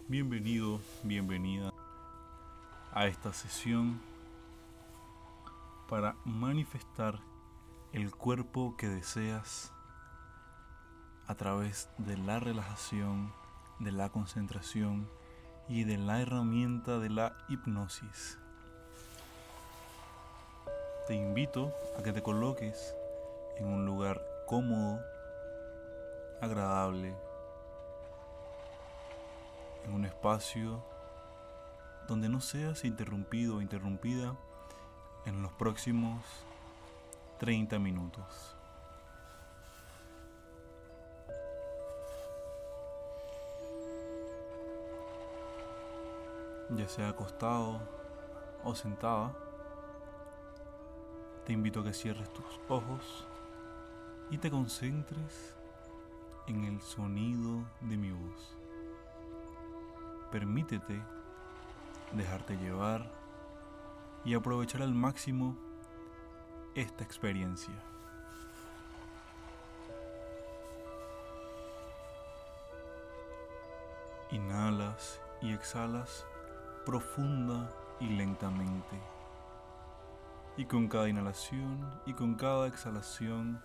Bienvenido, bienvenida a esta sesión para manifestar el cuerpo que deseas a través de la relajación, de la concentración y de la herramienta de la hipnosis. Te invito a que te coloques en un lugar cómodo, agradable, en un espacio donde no seas interrumpido o interrumpida en los próximos 30 minutos. Ya sea acostado o sentada, te invito a que cierres tus ojos y te concentres en el sonido de mi voz. Permítete dejarte llevar y aprovechar al máximo esta experiencia. Inhalas y exhalas profunda y lentamente. Y con cada inhalación y con cada exhalación,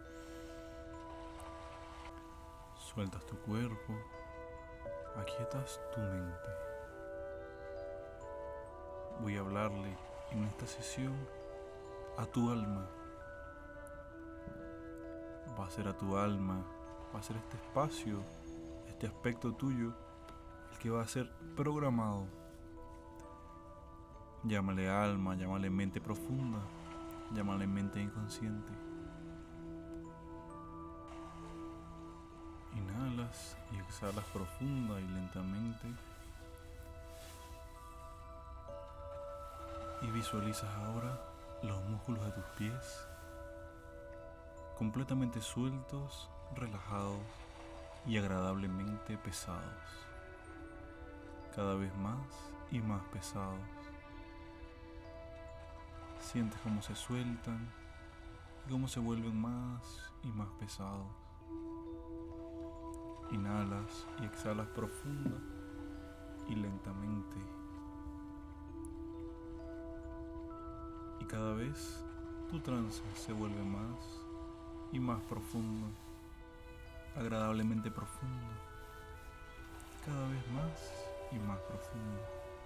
sueltas tu cuerpo, aquietas tu mente. Voy a hablarle en esta sesión a tu alma. Va a ser a tu alma, va a ser este espacio, este aspecto tuyo, el que va a ser programado. Llámale alma, llámale mente profunda, llámale mente inconsciente. Inhalas y exhalas profunda y lentamente. Y visualizas ahora los músculos de tus pies completamente sueltos, relajados y agradablemente pesados. Cada vez más y más pesados. Sientes cómo se sueltan y cómo se vuelven más y más pesados. Inhalas y exhalas profunda y lentamente. Y cada vez tu trance se vuelve más y más profundo, agradablemente profundo, cada vez más y más profundo.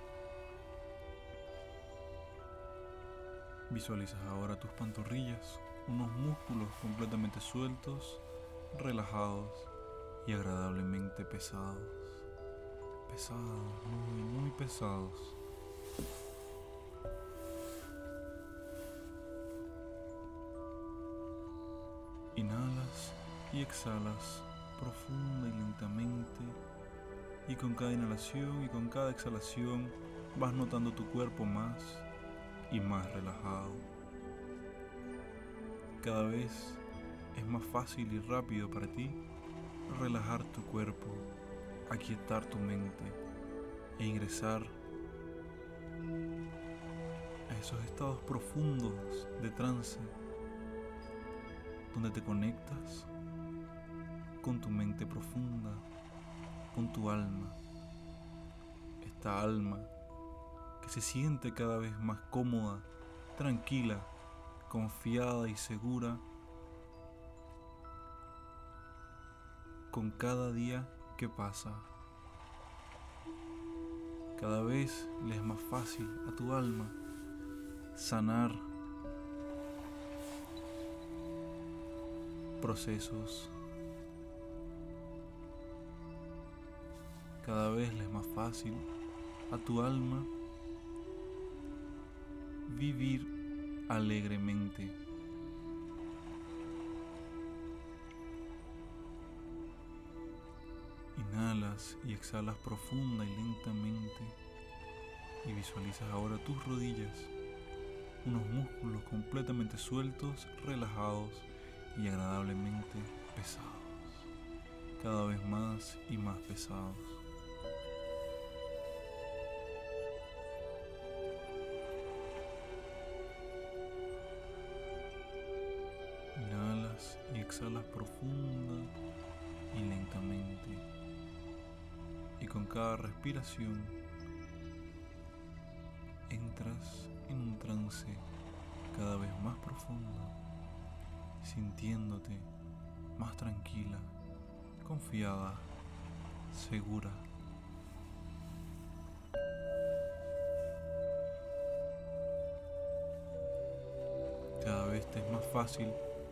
Visualizas ahora tus pantorrillas, unos músculos completamente sueltos, relajados y agradablemente pesados. Pesados, muy pesados. Inhalas y exhalas profunda y lentamente, y con cada inhalación y con cada exhalación vas notando tu cuerpo más y más relajado. Cada vez es más fácil y rápido para ti relajar tu cuerpo, aquietar tu mente e ingresar a esos estados profundos de trance donde te conectas con tu mente profunda, con tu alma. Esta alma que se siente cada vez más cómoda, tranquila, confiada y segura con cada día que pasa. Cada vez le es más fácil a tu alma sanar procesos. Cada vez le es más fácil a tu alma vivir alegremente. Inhalas y exhalas profunda y lentamente y visualizas ahora tus rodillas, unos músculos completamente sueltos, relajados y agradablemente pesados, cada vez más y más pesados. Inhalas y exhalas profunda y lentamente. Y con cada respiración entras en un trance cada vez más profundo, sintiéndote más tranquila, confiada, segura. Cada vez te es más fácil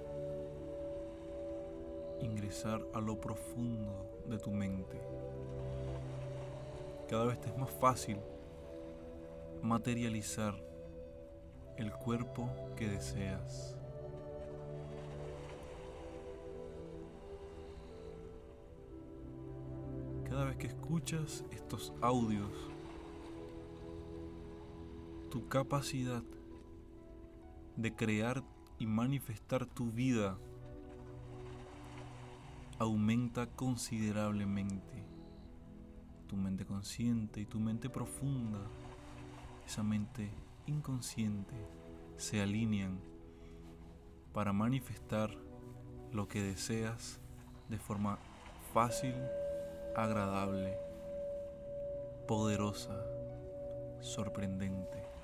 ingresar a lo profundo de tu mente. Cada vez te es más fácil materializar el cuerpo que deseas. Cada vez que escuchas estos audios, tu capacidad de crear y manifestar tu vida aumenta considerablemente. Tu mente consciente y tu mente profunda, esa mente inconsciente, se alinean para manifestar lo que deseas de forma fácil, agradable, poderosa, sorprendente.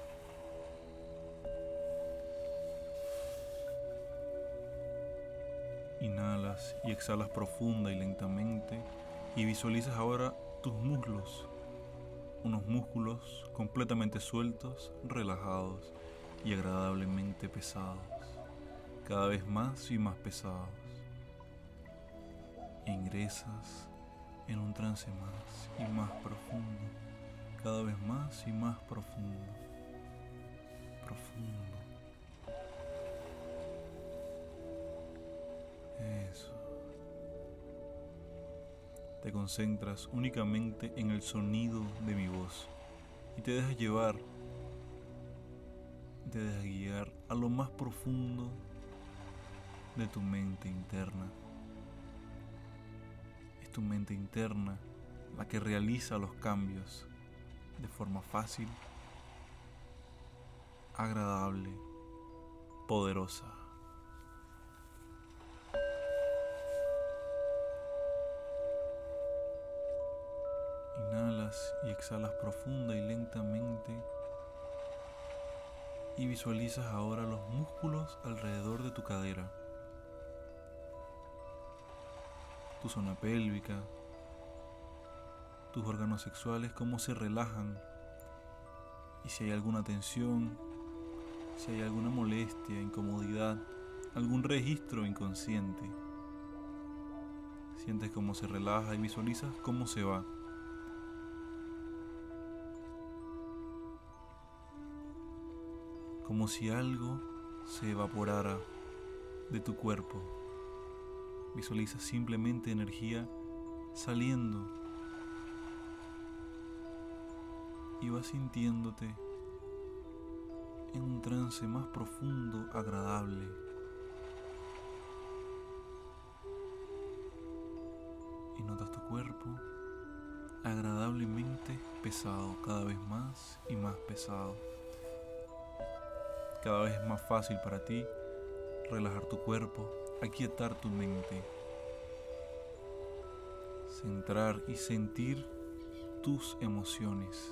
Inhalas y exhalas profunda y lentamente y visualizas ahora tus muslos, unos músculos completamente sueltos, relajados y agradablemente pesados, cada vez más y más pesados. E ingresas en un trance más y más profundo, cada vez más y más profundo, profundo. Eso. Te concentras únicamente en el sonido de mi voz y te dejas llevar, te dejas guiar a lo más profundo de tu mente interna. Es tu mente interna la que realiza los cambios de forma fácil, agradable, poderosa. Inhalas y exhalas profunda y lentamente y visualizas ahora los músculos alrededor de tu cadera, tu zona pélvica, tus órganos sexuales, cómo se relajan y si hay alguna tensión, si hay alguna molestia, incomodidad, algún registro inconsciente. Sientes cómo se relaja y visualizas cómo se va. Como si algo se evaporara de tu cuerpo. Visualiza simplemente energía saliendo y vas sintiéndote en un trance más profundo, agradable. Y notas tu cuerpo agradablemente pesado, cada vez más y más pesado. Cada vez es más fácil para ti relajar tu cuerpo, aquietar tu mente, centrar y sentir tus emociones.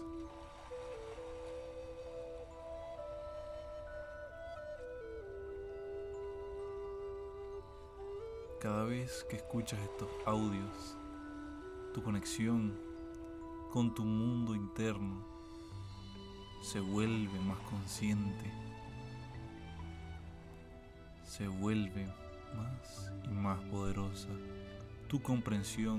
Cada vez que escuchas estos audios, tu conexión con tu mundo interno se vuelve más consciente, se vuelve más y más poderosa. Tu comprensión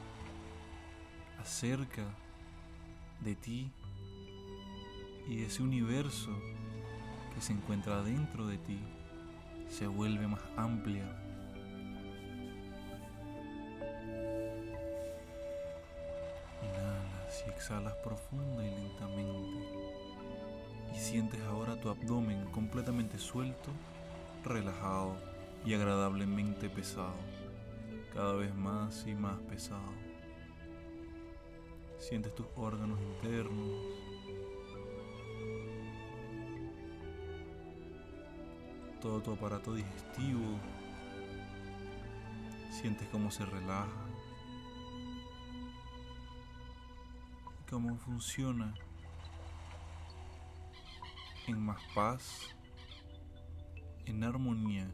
acerca de ti y de ese universo que se encuentra dentro de ti se vuelve más amplia. Inhalas y exhalas profunda y lentamente y sientes ahora tu abdomen completamente suelto, relajado y agradablemente pesado, cada vez más y más pesado. Sientes tus órganos internos, todo tu aparato digestivo, sientes cómo se relaja. cómo funciona en más paz, en armonía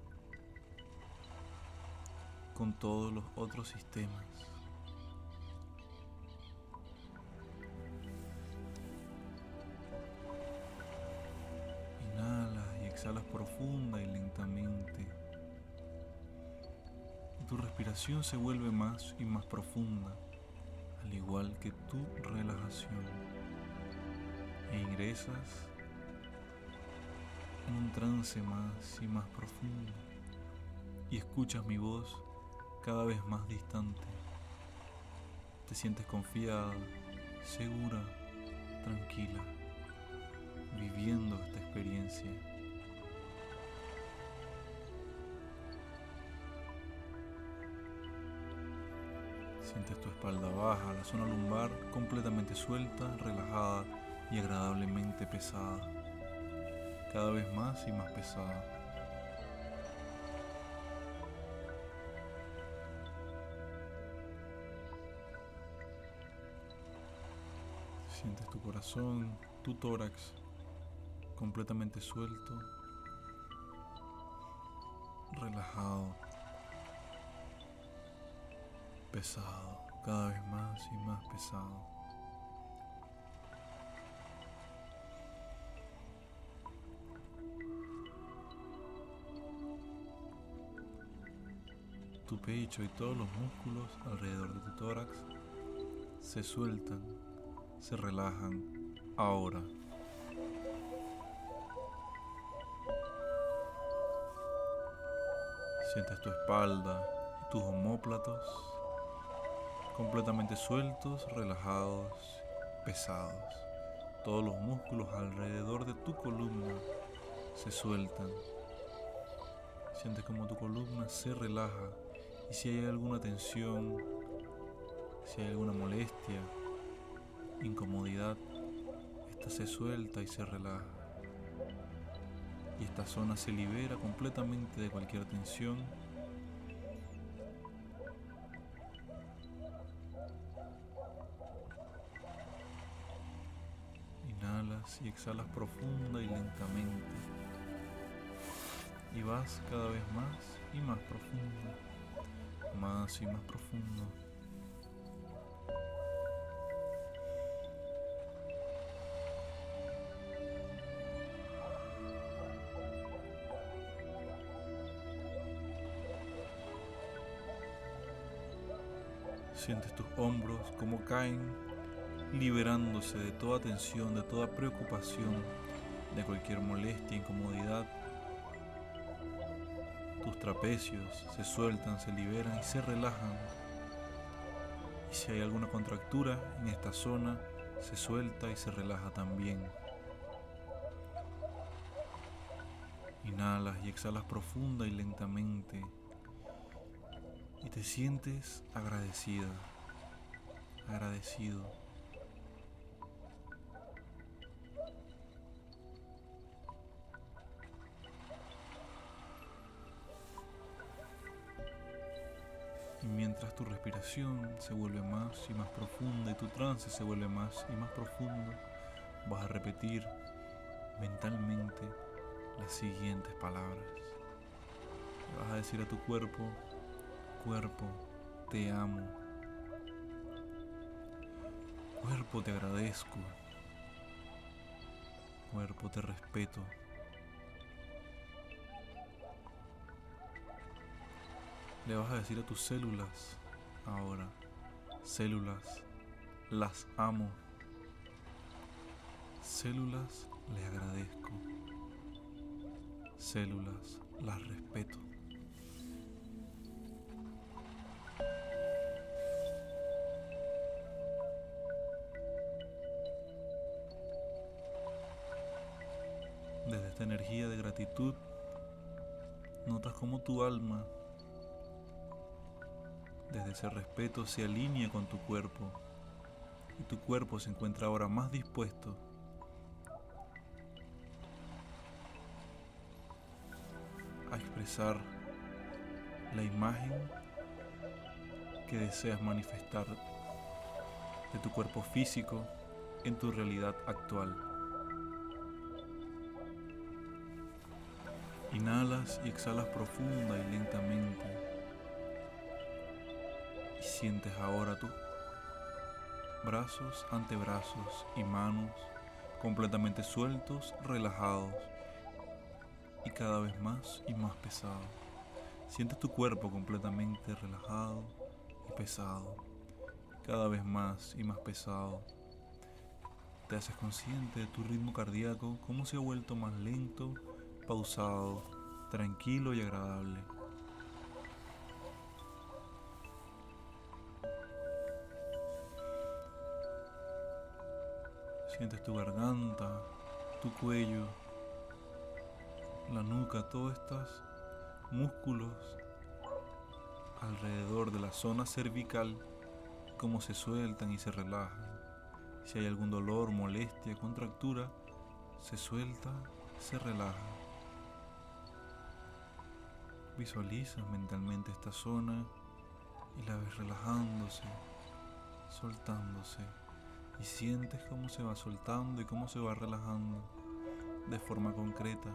con todos los otros sistemas. Inhalas y exhalas profunda y lentamente. Y tu respiración se vuelve más y más profunda, al igual que tu relajación. E ingresas en un trance más y más profundo. Y escuchas mi voz cada vez más distante. Te sientes confiada, segura, tranquila, viviendo esta experiencia. Sientes tu espalda baja, la zona lumbar completamente suelta, relajada y agradablemente pesada. Cada vez más y más pesada. Sientes tu corazón, tu tórax completamente suelto, relajado, pesado, cada vez más y más pesado. Tu pecho y todos los músculos alrededor de tu tórax se sueltan, se relajan ahora. Sientes tu espalda y tus omóplatos completamente sueltos, relajados, pesados. Todos los músculos alrededor de tu columna se sueltan. Sientes como tu columna se relaja y si hay alguna tensión, si hay alguna molestia, incomodidad, esta se suelta y se relaja. Y esta zona se libera completamente de cualquier tensión. Inhalas y exhalas profunda y lentamente. Y vas cada vez más y más profundo, más y más profundo. Sientes tus hombros como caen, liberándose de toda tensión, de toda preocupación, de cualquier molestia, incomodidad. Tus trapecios se sueltan, se liberan y se relajan. Y si hay alguna contractura en esta zona, se suelta y se relaja también. Inhalas y exhalas profunda y lentamente. Y te sientes agradecida, agradecido. Y mientras tu respiración se vuelve más y más profunda y tu trance se vuelve más y más profundo, vas a repetir mentalmente las siguientes palabras. Le vas a decir a tu cuerpo: cuerpo, te amo. Cuerpo, te agradezco. Cuerpo, te respeto. Le vas a decir a tus células ahora: células, las amo. Células, les agradezco. Células, las respeto. Desde esta energía de gratitud, notas cómo tu alma, desde ese respeto, se alinea con tu cuerpo y tu cuerpo se encuentra ahora más dispuesto a expresar la imagen que deseas manifestar de tu cuerpo físico en tu realidad actual. Inhalas y exhalas profunda y lentamente y sientes ahora tus brazos, antebrazos y manos completamente sueltos, relajados y cada vez más y más pesados. Sientes tu cuerpo completamente relajado y pesado, cada vez más y más pesado. Te haces consciente de tu ritmo cardíaco, cómo se ha vuelto más lento, pausado, tranquilo y agradable. Sientes tu garganta, tu cuello, la nuca, todos estos músculos alrededor de la zona cervical, cómo se sueltan y se relajan. Si hay algún dolor, molestia, contractura, se suelta, se relaja. Visualizas mentalmente esta zona y la ves relajándose, soltándose. Y sientes cómo se va soltando y cómo se va relajando de forma concreta.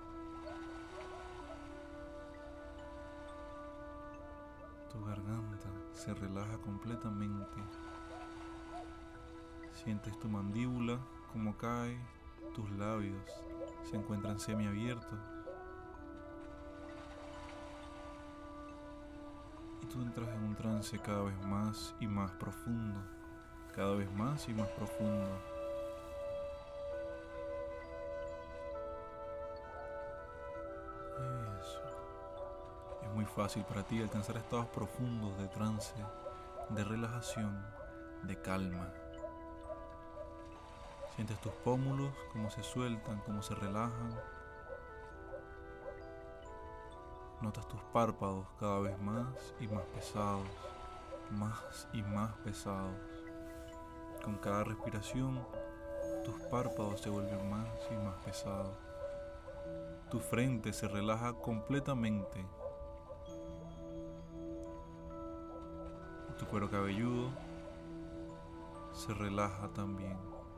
Tu garganta se relaja completamente. Sientes tu mandíbula como cae, tus labios se encuentran semiabiertos. Y tú entras en un trance cada vez más y más profundo, cada vez más y más profundo. Eso. Es muy fácil para ti alcanzar estados profundos de trance, de relajación, de calma. Sientes tus pómulos, cómo se sueltan, cómo se relajan. Notas tus párpados cada vez más y más pesados, más y más pesados. Con cada respiración, tus párpados se vuelven más y más pesados. Tu frente se relaja completamente. Tu cuero cabelludo se relaja también.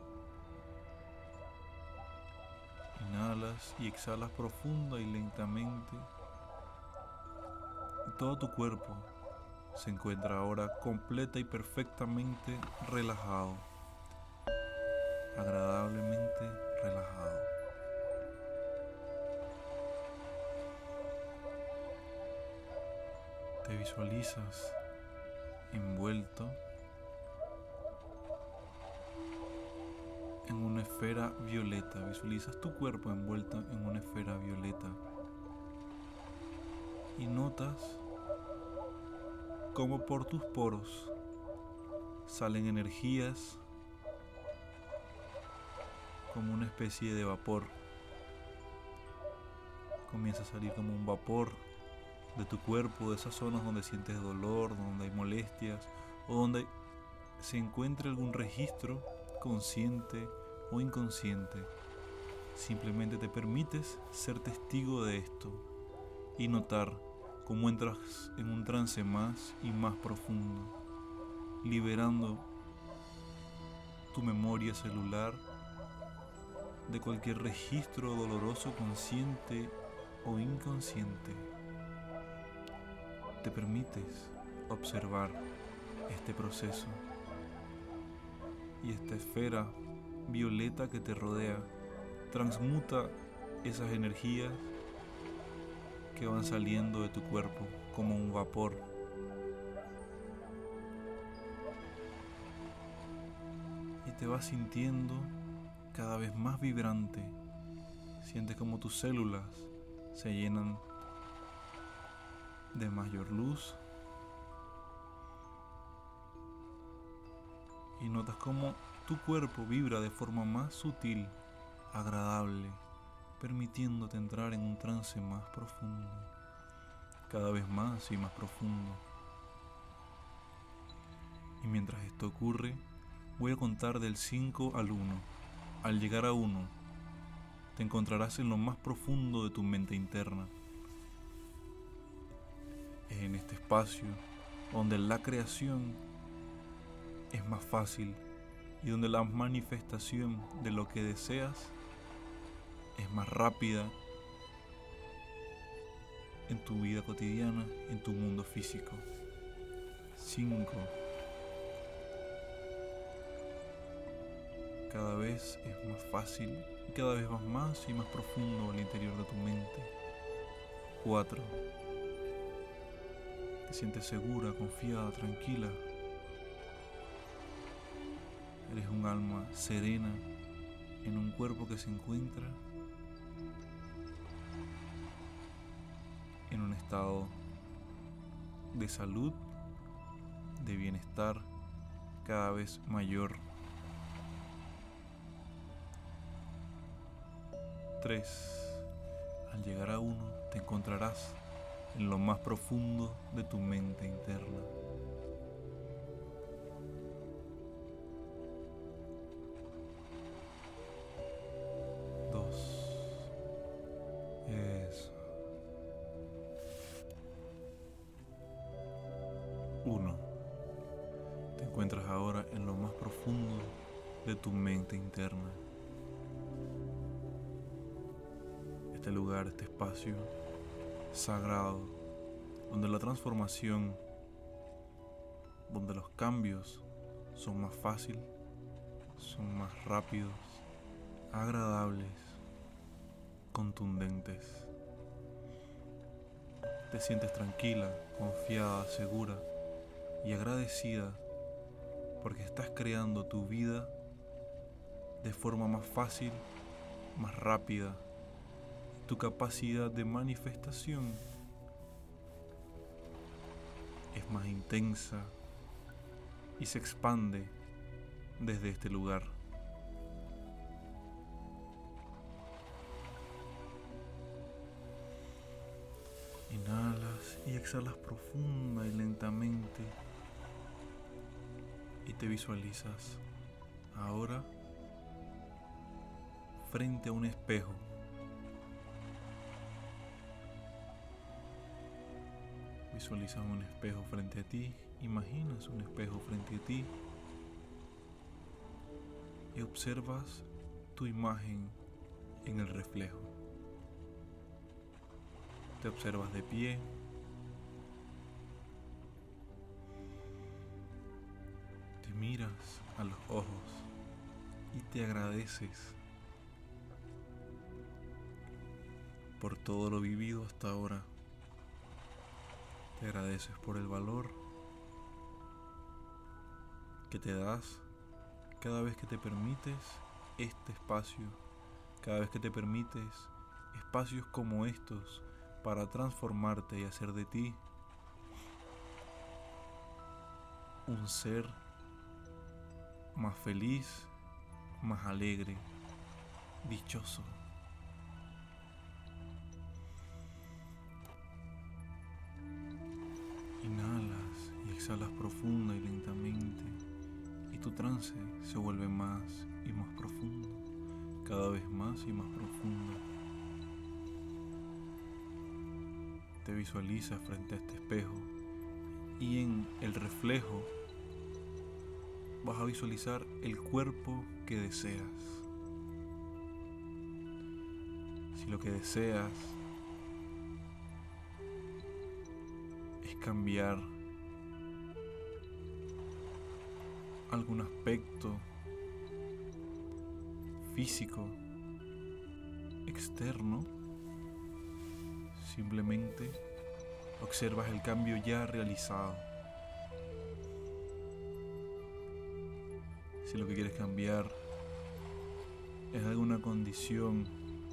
Inhalas y exhalas profunda y lentamente. Y todo tu cuerpo se encuentra ahora completa y perfectamente relajado, agradablemente relajado. Te visualizas envuelto en una esfera violeta. Visualizas tu cuerpo envuelto en una esfera violeta y notas cómo por tus poros salen energías como una especie de vapor. Comienza a salir como un vapor de tu cuerpo, de esas zonas donde sientes dolor, donde hay molestias o donde se encuentre algún registro consciente o inconsciente. Simplemente te permites ser testigo de esto y notar cómo entras en un trance más y más profundo, liberando tu memoria celular de cualquier registro doloroso consciente o inconsciente. Te permites observar este proceso y esta esfera violeta que te rodea transmuta esas energías que van saliendo de tu cuerpo como un vapor. Y te vas sintiendo cada vez más vibrante. Sientes como tus células se llenan de mayor luz y notas cómo tu cuerpo vibra de forma más sutil, agradable, permitiéndote entrar en un trance más profundo, cada vez más y más profundo. Y mientras esto ocurre, voy a contar del 5 al 1. Al llegar a 1, te encontrarás en lo más profundo de tu mente interna. Es en este espacio donde la creación es más fácil y donde la manifestación de lo que deseas es más rápida en tu vida cotidiana, en tu mundo físico. 5. Cada vez es más fácil y cada vez vas más y más profundo al interior de tu mente. 4. Te sientes segura, confiada, tranquila. Eres un alma serena en un cuerpo que se encuentra en un estado de salud, de bienestar cada vez mayor. 3. Al llegar a 1, te encontrarás en lo más profundo de tu mente interna. 2. Eso. 1. Te encuentras ahora en lo más profundo de tu mente interna. Este lugar, este espacio sagrado, donde la transformación, donde los cambios son más fáciles, son más rápidos, agradables, contundentes. Te sientes tranquila, confiada, segura y agradecida porque estás creando tu vida de forma más fácil, más rápida. Tu capacidad de manifestación es más intensa y se expande desde este lugar. Inhalas y exhalas profunda y lentamente y te visualizas ahora frente a un espejo. Visualizas un espejo frente a ti, imaginas un espejo frente a ti y observas tu imagen en el reflejo. Te observas de pie, te miras a los ojos y te agradeces por todo lo vivido hasta ahora. Te agradeces por el valor que te das cada vez que te permites este espacio, cada vez que te permites espacios como estos para transformarte y hacer de ti un ser más feliz, más alegre, dichoso. Inhalas y exhalas profunda y lentamente y tu trance se vuelve más y más profundo, cada vez más y más profundo. Te visualizas frente a este espejo y en el reflejo vas a visualizar el cuerpo que deseas. Si lo que deseas es cambiar algún aspecto físico externo, simplemente observas el cambio ya realizado. Si lo que quieres cambiar es alguna condición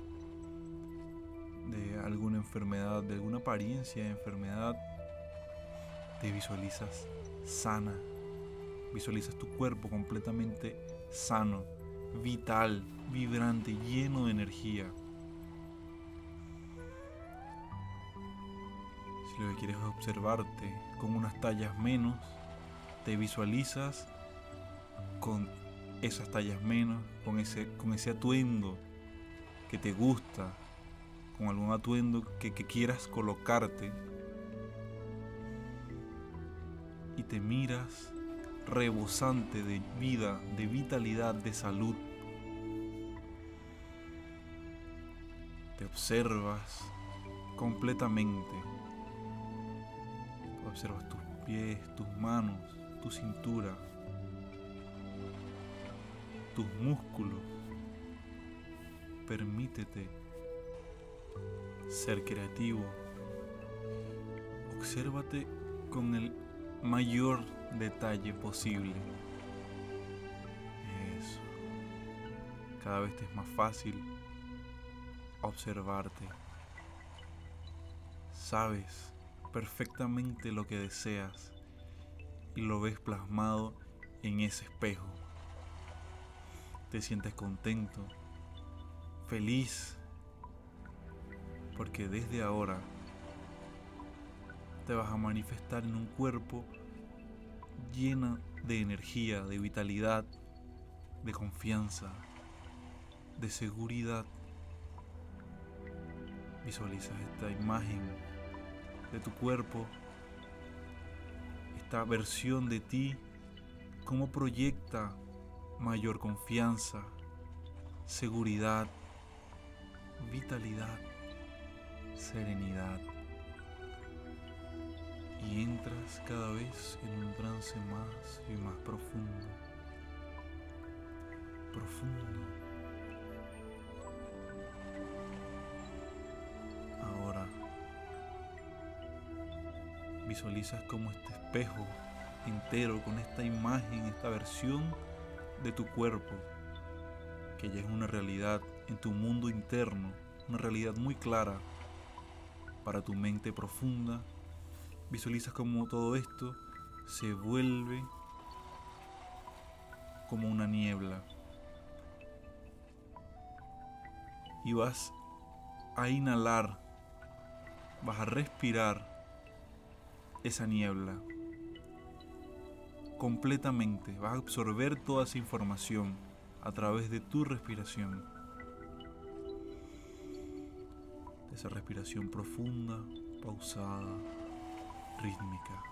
de alguna enfermedad, de alguna apariencia de enfermedad, te visualizas sana, visualizas tu cuerpo completamente sano, vital, vibrante, lleno de energía. Si lo que quieres es observarte con unas tallas menos, te visualizas con esas tallas menos, con ese atuendo que te gusta, con algún atuendo que quieras colocarte, y te miras rebosante de vida, de vitalidad, de salud. Te observas completamente. Observas tus pies, tus manos, tu cintura, tus músculos. Permítete ser creativo. Obsérvate con el mayor detalle posible. Eso. Cada vez te es más fácil observarte. Sabes perfectamente lo que deseas y lo ves plasmado en ese espejo. Te sientes contento, feliz, porque desde ahora te vas a manifestar en un cuerpo lleno de energía, de vitalidad, de confianza, de seguridad. Visualizas esta imagen de tu cuerpo, esta versión de ti, cómo proyecta mayor confianza, seguridad, vitalidad, serenidad. Y entras cada vez en un trance más y más profundo. Ahora visualizas como este espejo entero, con esta imagen, esta versión de tu cuerpo, que ya es una realidad en tu mundo interno, una realidad muy clara para tu mente profunda. Visualizas como todo esto se vuelve como una niebla y vas a inhalar, vas a respirar esa niebla completamente, vas a absorber toda esa información a través de tu respiración, esa respiración profunda, pausada, rítmica.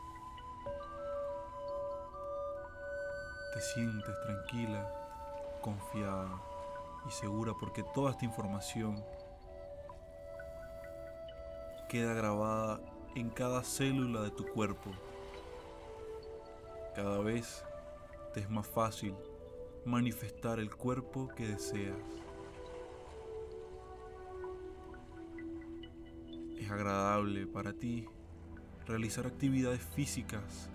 Te sientes tranquila, confiada y segura porque toda esta información queda grabada en cada célula de tu cuerpo. Cada vez te es más fácil manifestar el cuerpo que deseas. Es agradable para ti realizar actividades físicas.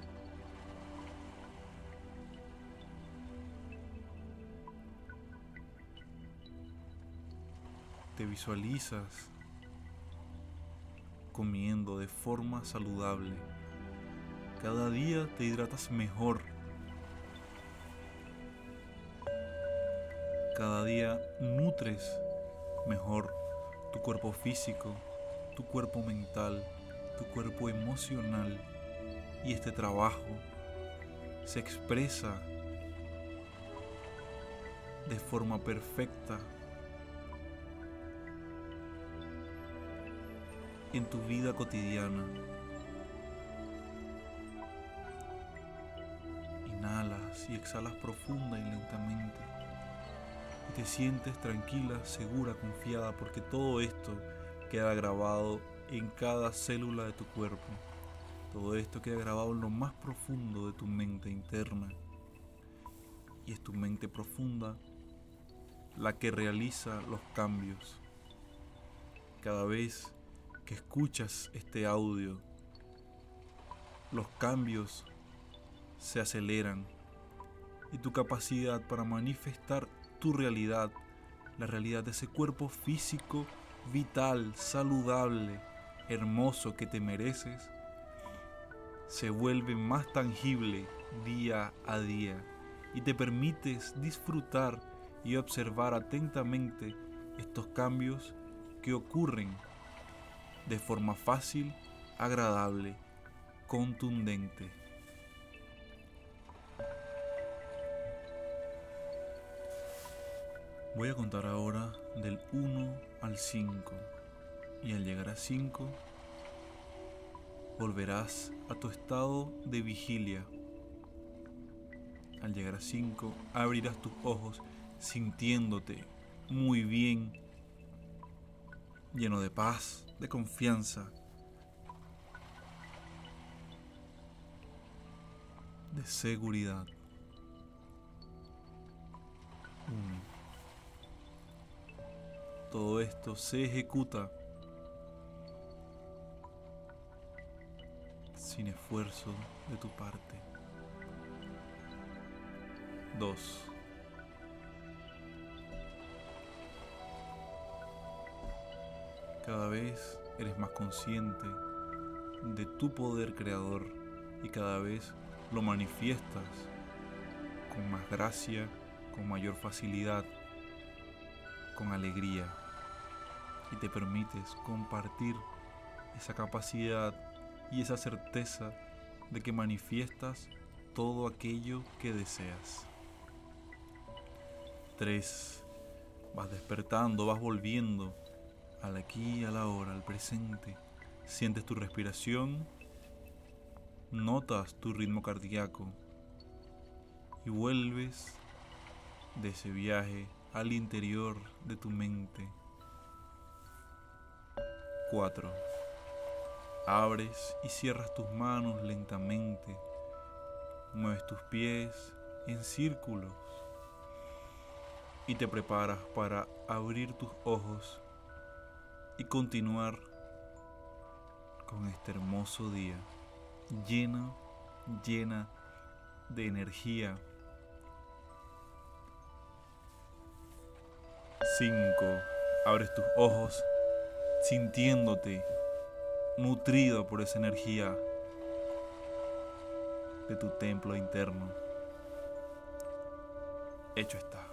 Te visualizas comiendo de forma saludable. Cada día te hidratas mejor. Cada día nutres mejor tu cuerpo físico, tu cuerpo mental, tu cuerpo emocional. Y este trabajo se expresa de forma perfecta en tu vida cotidiana. Inhalas y exhalas profunda y lentamente. Y te sientes tranquila, segura, confiada, porque todo esto queda grabado en cada célula de tu cuerpo. Todo esto queda grabado en lo más profundo de tu mente interna. Y es tu mente profunda la que realiza los cambios. Cada vez que escuchas este audio, los cambios se aceleran y tu capacidad para manifestar tu realidad, la realidad de ese cuerpo físico, vital, saludable, hermoso que te mereces, se vuelve más tangible día a día y te permites disfrutar y observar atentamente estos cambios que ocurren de forma fácil, agradable, contundente. Voy a contar ahora del 1 al 5 y al llegar a 5 volverás a tu estado de vigilia. Al llegar a 5, abrirás tus ojos sintiéndote muy bien, lleno de paz, de confianza, de seguridad. 1. Todo esto se ejecuta sin esfuerzo de tu parte. 2. Cada vez eres más consciente de tu poder creador y cada vez lo manifiestas con más gracia, con mayor facilidad, con alegría, y te permites compartir esa capacidad y esa certeza de que manifiestas todo aquello que deseas. 3. Vas despertando, vas volviendo al aquí, a la hora, al presente. Sientes tu respiración, notas tu ritmo cardíaco y vuelves de ese viaje al interior de tu mente. 4. Abres y cierras tus manos lentamente. Mueves tus pies en círculos y te preparas para abrir tus ojos y continuar con este hermoso día llena de energía. 5. Abres tus ojos sintiéndote nutrido por esa energía de tu templo interno. Hecho está.